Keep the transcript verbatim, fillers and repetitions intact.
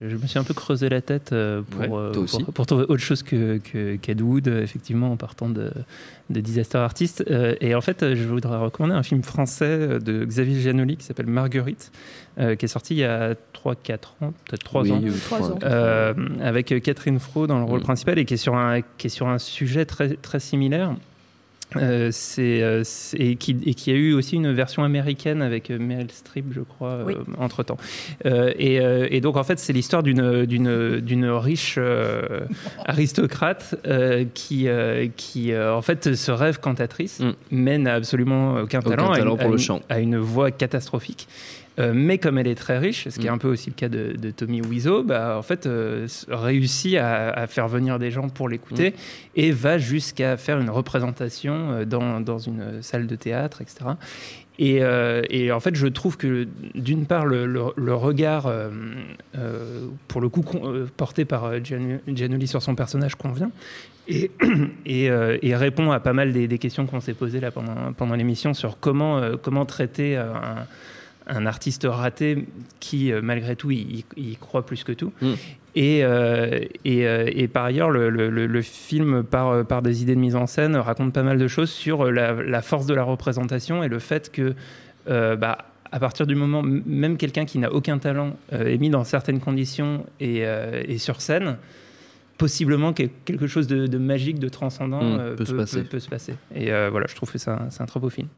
Je me suis un peu creusé la tête euh, pour, Ouais, toi euh, aussi. pour, pour trouver autre chose que, que, qu'Ed Wood, effectivement, en partant de, de Disaster Artist. Euh, et en fait, je voudrais recommander un film français de Xavier Giannoli qui s'appelle Marguerite, euh, qui est sorti il y a trois quatre ans, peut-être trois Oui, ans, euh, Trois ans. euh, avec Catherine Fro dans le rôle Mm. principal et qui est sur un, qui est sur un sujet très, très similaire. Euh, c'est, euh, c'est, et, qui, et qui a eu aussi une version américaine avec Meryl Streep, je crois, Oui. euh, entre-temps. Euh, et, euh, et donc, en fait, c'est l'histoire d'une, d'une, d'une riche euh, aristocrate euh, qui, euh, qui euh, en fait, se rêve cantatrice, Mm. mais n'a absolument aucun, Aucun talent, talent a, une, pour a le une- chant. a une voix catastrophique. Euh, mais comme elle est très riche, ce qui est Mm. un peu aussi le cas de, de Tommy Wiseau, bah, en fait, euh, réussit à, à faire venir des gens pour l'écouter et va jusqu'à faire une représentation euh, dans, dans une salle de théâtre, et cetera. Et, euh, et en fait, je trouve que d'une part, le, le, le regard, euh, euh, pour le coup, con, euh, porté par euh, Gian- Giannoli sur son personnage convient. Et, et, euh, et répond à pas mal des, des questions qu'on s'est posées là pendant, pendant l'émission sur comment, euh, comment traiter euh, un un artiste raté qui, euh, malgré tout, il, il croit plus que tout. Mm. Et, euh, et, euh, et par ailleurs, le, le, le film, par, par des idées de mise en scène, raconte pas mal de choses sur la, la force de la représentation et le fait que, euh, bah, à partir du moment, même quelqu'un qui n'a aucun talent euh, est mis dans certaines conditions et, euh, et sur scène, possiblement que quelque chose de, de magique, de transcendant Mm, euh, peut se passer. Peut, peut se passer. Et euh, voilà, je trouve que c'est un, c'est un très beau film.